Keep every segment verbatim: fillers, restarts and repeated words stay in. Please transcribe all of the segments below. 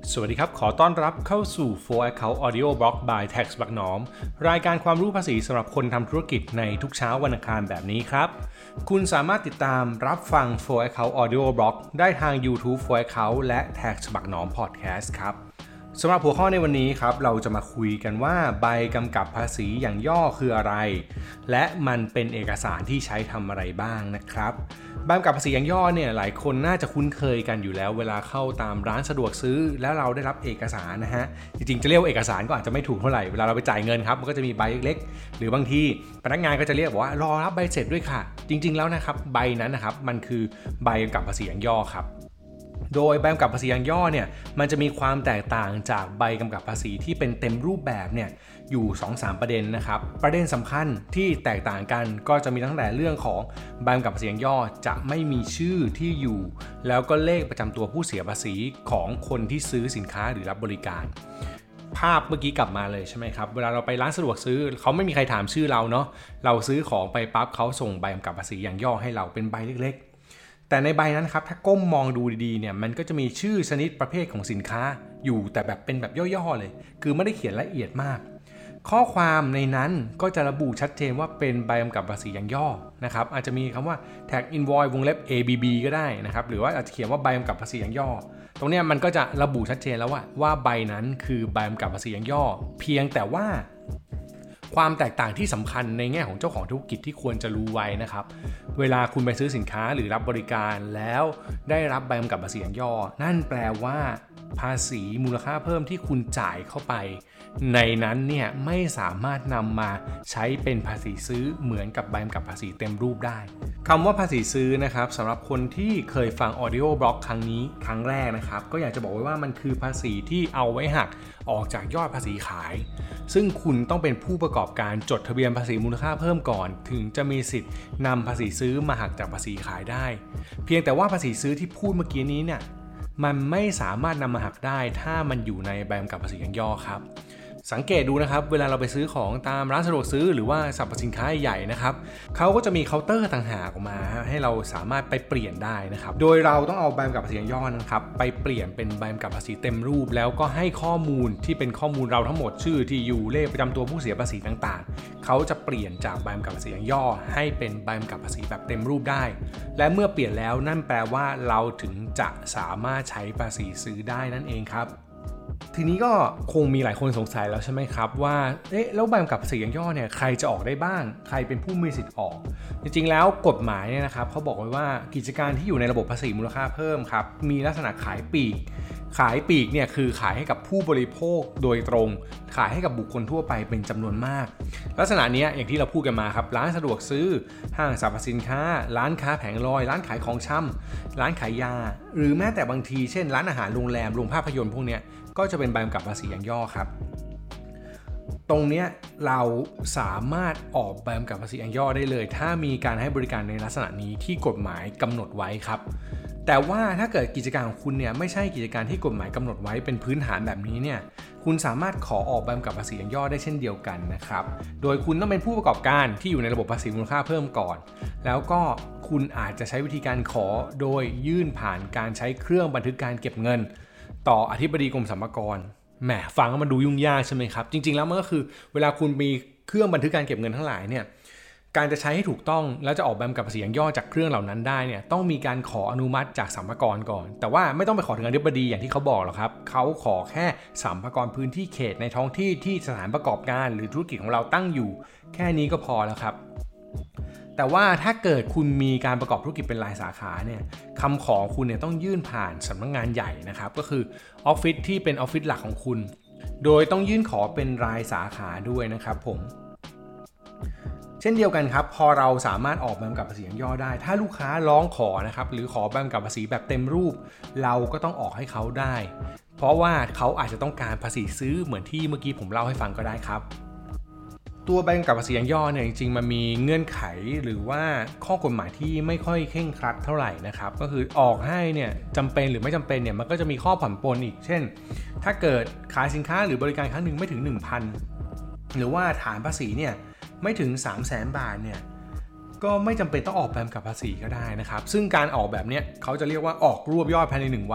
สวัสดีครับขอต้อนรับเข้าสู่ โฟร์ Account Audio Blog by Tax บักหนอมรายการความรู้ภาษีสำหรับคนทำธุรกิจในทุกเช้าวันอังคารแบบนี้ครับคุณสามารถติดตามรับฟัง โฟร์ Account Audio Blog ได้ทาง YouTube โฟร์ Account และ Tax บักหนอม Podcast ครับสำหรับหัวข้อในวันนี้ครับเราจะมาคุยกันว่าใบกำกับภาษีอย่างย่อคืออะไรและมันเป็นเอกสารที่ใช้ทำอะไรบ้างนะครับใบกำกับภาษีอย่างย่อเนี่ยหลายคนน่าจะคุ้นเคยกันอยู่แล้วเวลาเข้าตามร้านสะดวกซื้อแล้วเราได้รับเอกสารนะฮะจริงๆจะเรียกว่าเอกสารก็อาจจะไม่ถูกเท่าไหร่เวลาเราไปจ่ายเงินครับมันก็จะมีใบเล็กๆหรือบางทีพนักงานก็จะเรียกว่ารอรับใบเสร็จด้วยค่ะจริงๆแล้วนะครับใบนั้นนะครับมันคือใบกำกับภาษีอย่างย่อครับโดยใบกำกับภาษีอย่างย่อเนี่ยมันจะมีความแตกต่างจากใบกำกับภาษีที่เป็นเต็มรูปแบบเนี่ยอยู่ สองถึงสาม ประเด็นนะครับประเด็นสำคัญที่แตกต่างกันก็จะมีตั้งแต่เรื่องของใบกำกับภาษีอย่างย่อจะไม่มีชื่อที่อยู่แล้วก็เลขประจำตัวผู้เสียภาษีของคนที่ซื้อสินค้าหรือรับบริการภาพเมื่อกี้กลับมาเลยใช่ไหมครับเวลาเราไปร้านสะดวกซื้อเขาไม่มีใครถามชื่อเราเนาะเราซื้อของไปปั๊บเขาส่งใบกำกับภาษีอย่างย่อให้เราเป็นใบเล็กๆแต่ในใบนั้นครับถ้าก้มมองดูดีๆเนี่ยมันก็จะมีชื่อชนิดประเภทของสินค้าอยู่แต่แบบเป็นแบบย่อๆเลยคือไม่ได้เขียนละเอียดมากข้อความในนั้นก็จะระบุชัดเจนว่าเป็นใบกำกับภาษีอย่างย่อนะครับอาจจะมีคำว่า Tax Invoice วงเล็บ เอ บี บี ก็ได้นะครับหรือว่าอาจจะเขียนว่าใบกำกับภาษีอย่างย่อตรงนี้มันก็จะระบุชัดเจนแล้วว่าว่าใบนั้นคือใบกำกับภาษีอย่างย่อเพียงแต่ว่าความแตกต่างที่สำคัญในแง่ของเจ้าของธุรกิจที่ควรจะรู้ไว้นะครับเวลาคุณไปซื้อสินค้าหรือรับบริการแล้วได้รับใบกำกับภาษีอย่างย่อนั่นแปลว่าภาษีมูลค่าเพิ่มที่คุณจ่ายเข้าไปในนั้นเนี่ยไม่สามารถนำมาใช้เป็นภาษีซื้อเหมือนกับใบกำกับภาษีเต็มรูปได้คำว่าภาษีซื้อนะครับสำหรับคนที่เคยฟัง Audio Blog ครั้งนี้ครั้งแรกนะครับก็อยากจะบอกไว้ว่ามันคือภาษีที่เอาไว้หักออกจากยอดภาษีขายซึ่งคุณต้องเป็นผู้ประกอบการจดทะเบียนภาษีมูลค่าเพิ่มก่อนถึงจะมีสิทธิ์นำภาษีซื้อมาหักจากภาษีขายได้เพียงแต่ว่าภาษีซื้อที่พูดเมื่อกี้นี้เนี่ยมันไม่สามารถนำมาหักได้ถ้ามันอยู่ในใบกำกับภาษีอย่างย่อครับสังเกตดูนะครับเวลาเราไปซื้อของตามร้านสะดวกซื้อหรือว่าสรรพสินค้าใหญ่นะครับเขาก็จะมีเคาน์เตอร์ต่างหากออกมาให้เราสามารถไปเปลี่ยนได้นะครับโดยเราต้องเอาใบกำกับภาษีอย่างย่อนะครับไปเปลี่ยนเป็นใบกำกับภาษีเต็มรูปแล้วก็ให้ข้อมูลที่เป็นข้อมูลเราทั้งหมดชื่อที่อยู่เลขประจำตัวผู้เสียภาษีต่างๆเขาจะเปลี่ยนจากใบกำกับภาษีอย่างย่อให้เป็นใบกำกับภาษีแบบเต็มรูปได้และเมื่อเปลี่ยนแล้วนั่นแปลว่าเราถึงจะสามารถใช้ภาษีซื้อได้นั่นเองครับทีนี้ก็คงมีหลายคนสงสัยแล้วใช่ไหมครับว่าเอ๊ะแล้วใบกำกับภาษีอย่างย่อเนี่ยใครจะออกได้บ้างใครเป็นผู้มีสิทธิ์ออกจริงๆแล้วกฎหมายเนี่ยนะครับเขาบอกไว้ว่ากิจการที่อยู่ในระบบภาษีมูลค่าเพิ่มครับมีลักษณะขายปลีกขายปลีกเนี่ยคือขายให้กับผู้บริโภคโดยตรงขายให้กับบุคคลทั่วไปเป็นจำนวนมากลักษณะนี้อย่างที่เราพูดกันมาครับร้านสะดวกซื้อห้างสรรพสินค้าร้านค้าแผงลอยร้านขายของชำร้านขายยาหรือแม้แต่บางทีเช่นร้านอาหารโรงแรมโรงภาพยนตร์พวกนี้ก็จะเป็นใบกำกับภาษีอย่างย่อครับตรงนี้เราสามารถออกใบกำกับภาษีอย่างย่อได้เลยถ้ามีการให้บริการในลักษณะนี้ที่กฎหมายกำหนดไว้ครับแต่ว่าถ้าเกิดกิจการของคุณเนี่ยไม่ใช่กิจการที่กฎหมายกำหนดไว้เป็นพื้นฐานแบบนี้เนี่ยคุณสามารถขอออกใบกำกับภาษีอย่างย่อได้เช่นเดียวกันนะครับโดยคุณต้องเป็นผู้ประกอบการที่อยู่ในระบบภาษีมูลค่าเพิ่มก่อนแล้วก็คุณอาจจะใช้วิธีการขอโดยยื่นผ่านการใช้เครื่องบันทึกการเก็บเงินต่ออธิบดีกรมสรรพากรแหมฟังแล้วมันดูยุ่งยากใช่ไหมครับจริงๆแล้วมันก็คือเวลาคุณมีเครื่องบันทึกการเก็บเงินทั้งหลายเนี่ยการจะใช้ให้ถูกต้องแล้วจะออกใบกำกับภาษีอย่างย่อจากเครื่องเหล่านั้นได้เนี่ยต้องมีการขออนุมัติจากสรรพากรก่อนแต่ว่าไม่ต้องไปขอถึงอธิบดีอย่างที่เขาบอกหรอกครับเขาขอแค่สรรพากรพื้นที่เขตในท้องที่ที่สถานประกอบการหรือธุรกิจของเราตั้งอยู่แค่นี้ก็พอแล้วครับแต่ว่าถ้าเกิดคุณมีการประกอบธุรกิจเป็นรายสาขาเนี่ยคำขอคุณเนี่ยต้องยื่นผ่านสำนักงานใหญ่นะครับก็คือออฟฟิศที่เป็นออฟฟิศหลักของคุณโดยต้องยื่นขอเป็นรายสาขาด้วยนะครับผมเช่นเดียวกันครับพอเราสามารถออกใบกำกับภาษีอย่างย่อได้ถ้าลูกค้าร้องขอนะครับหรือขอใบกำกับภาษีแบบเต็มรูปเราก็ต้องออกให้เขาได้เพราะว่าเขาอาจจะต้องการภาษีซื้อเหมือนที่เมื่อกี้ผมเล่าให้ฟังก็ได้ครับตัวใบกำกับภาษีอย่างย่อเนี่ยจริงๆมันมีเงื่อนไขหรือว่าข้อกฎหมายที่ไม่ค่อยเคร่งครัดเท่าไหร่นะครับก็คือออกให้เนี่ยจำเป็นหรือไม่จำเป็นเนี่ยมันก็จะมีข้อผ่อนปลนอีกเช่นถ้าเกิดขายสินค้าหรือบริการครั้งหนึ่งไม่ถึง หนึ่งพัน หรือว่าฐานภาษีเนี่ยไม่ถึง สามแสน บาทเนี่ยก็ไม่จำเป็นต้องออกใบกำกับภาษีก็ได้นะครับซึ่งการออกแบบนี้เขาจะเรียกว่าออกรวบยอดภายในหนึ่งวัน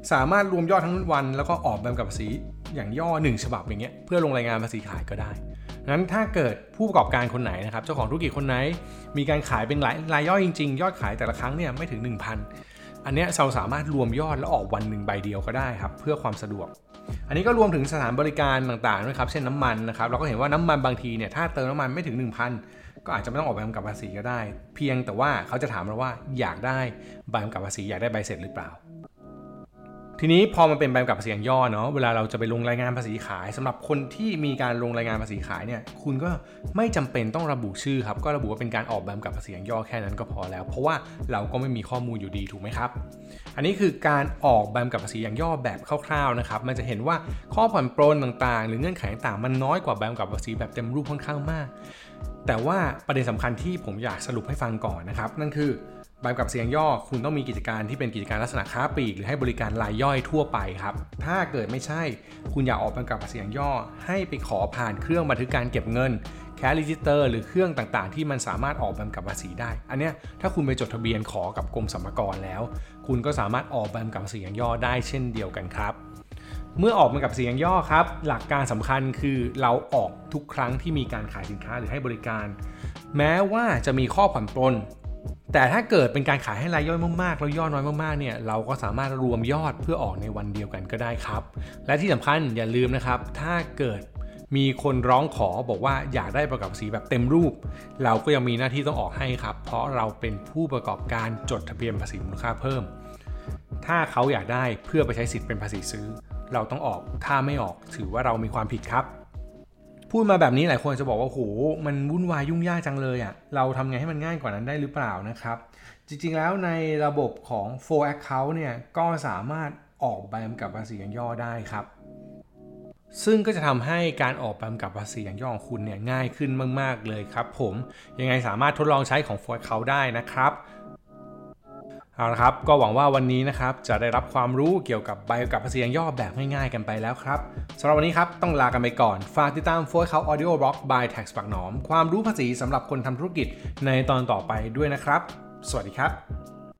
สามารถรวมยอดทั้งวันแล้วก็ออกใบกำกับภาษีอย่างย่อหนึ่งฉบับอย่างเงี้ยเพื่อลงรายงานภาษีขายก็ได้งั้นถ้าเกิดผู้ประกอบการคนไหนนะครับเจ้าของธุรกิจคนไหนมีการขายเป็นรายรายย่อยจริงๆยอดขายแต่ละครั้งเนี่ยไม่ถึง หนึ่งพัน อันเนี้ยเราสามารถรวมยอดแล้วออกวันหนึ่งใบเดียวก็ได้ครับเพื่อความสะดวกอันนี้ก็รวมถึงสถานบริการต่างๆด้วยครับเช่นน้ำมันนะครับเราก็เห็นว่าน้ำมันบางทีเนี่ยถ้าเติมน้ำมันไม่ถึง หนึ่งพัน ก็อาจจะไม่ต้องออกใบกำกับภาษีก็ได้เพียงแต่ว่าเขาจะถามเราว่าอยากได้ใบกำกับภาษีอยากได้ใบเสร็จหรือเปล่าทีนี้พอมันเป็นใบกำกับภาษีอย่างย่อเนาะเวลาเราจะไปลงรายงานภาษีขายสำหรับคนที่มีการลงรายงานภาษีขายเนี่ยคุณก็ไม่จำเป็นต้องระบุชื่อครับก็ระบุว่าเป็นการออกใบกำกับภาษีอย่างย่อแค่นั้นก็พอแล้วเพราะว่าเราก็ไม่มีข้อมูลอยู่ดีถูกไหมครับอันนี้คือการออกใบกำกับภาษีอย่างย่อแบบคร่าวๆนะครับมันจะเห็นว่าข้อผ่อนปรนต่างๆหรือเงื่อนไขต่างๆมันน้อยกว่าใบกำกับภาษีแบบเต็มรูปค่อนข้างมากแต่ว่าประเด็นสำคัญที่ผมอยากสรุปให้ฟังก่อนนะครับนั่นคือใบกำกับภาษีอย่างย่อคุณต้องมีกิจการที่เป็นกิจการลักษณะค้าปลีกหรือให้บริการรายย่อยทั่วไปครับถ้าเกิดไม่ใช่คุณอยากออกใบกำกับภาษีอย่างย่อให้ไปขอผ่านเครื่องบันทึกการเก็บเงินแคชเรจิสเตอร์หรือเครื่องต่างๆที่มันสามารถออกใบกำกับภาษีได้อันเนี้ยถ้าคุณไปจดทะเบียนขอกับกรมสรรพากรแล้วคุณก็สามารถออกใบกำกับภาษีอย่างย่อได้เช่นเดียวกันครับเมื่อออกใบกำกับภาษีอย่างย่อครับหลักการสำคัญคือเราออกทุกครั้งที่มีการขายสินค้าหรือให้บริการแม้ว่าจะมีข้อผ่อนปรนแต่ถ้าเกิดเป็นการขายให้รายย่อยมากๆแล้วยอดน้อยมากๆเนี่ยเราก็สามารถรวมยอดเพื่อออกในวันเดียวกันก็ได้ครับและที่สำคัญอย่าลืมนะครับถ้าเกิดมีคนร้องขอบอกว่าอยากได้ใบกำกับภาษีแบบเต็มรูปเราก็ยังมีหน้าที่ต้องออกให้ครับเพราะเราเป็นผู้ประกอบการจดทะเบียนภาษีมูลค่าเพิ่มถ้าเขาอยากได้เพื่อไปใช้สิทธิ์เป็นภาษีซื้อเราต้องออกถ้าไม่ออกถือว่าเรามีความผิดครับพูดมาแบบนี้หลายคนจะบอกว่าโหมันวุ่นวายยุ่งยากจังเลยอ่ะเราทำไงให้มันง่ายกว่านั้นได้หรือเปล่านะครับจริงๆแล้วในระบบของ โฟร์ Account เนี่ยก็สามารถออกใบกำกับภาษีอย่างย่อได้ครับซึ่งก็จะทำให้การออกใบกำกับภาษีอย่างย่อของคุณเนี่ยง่ายขึ้นมากๆเลยครับผมยังไงสามารถทดลองใช้ของ โฟร์ Account ได้นะครับเอาละครับก็หวังว่าวันนี้นะครับจะได้รับความรู้เกี่ยวกับใบกำกับภาษีอย่างย่อแบบง่ายๆกันไปแล้วครับสำหรับวันนี้ครับต้องลากันไปก่อนฝากติดตาม โฟร์ Account Audio Blog by Tax ปากหนอมความรู้ภาษีสำหรับคนทำธุรกิจในตอนต่อไปด้วยนะครับสวัสดีครับ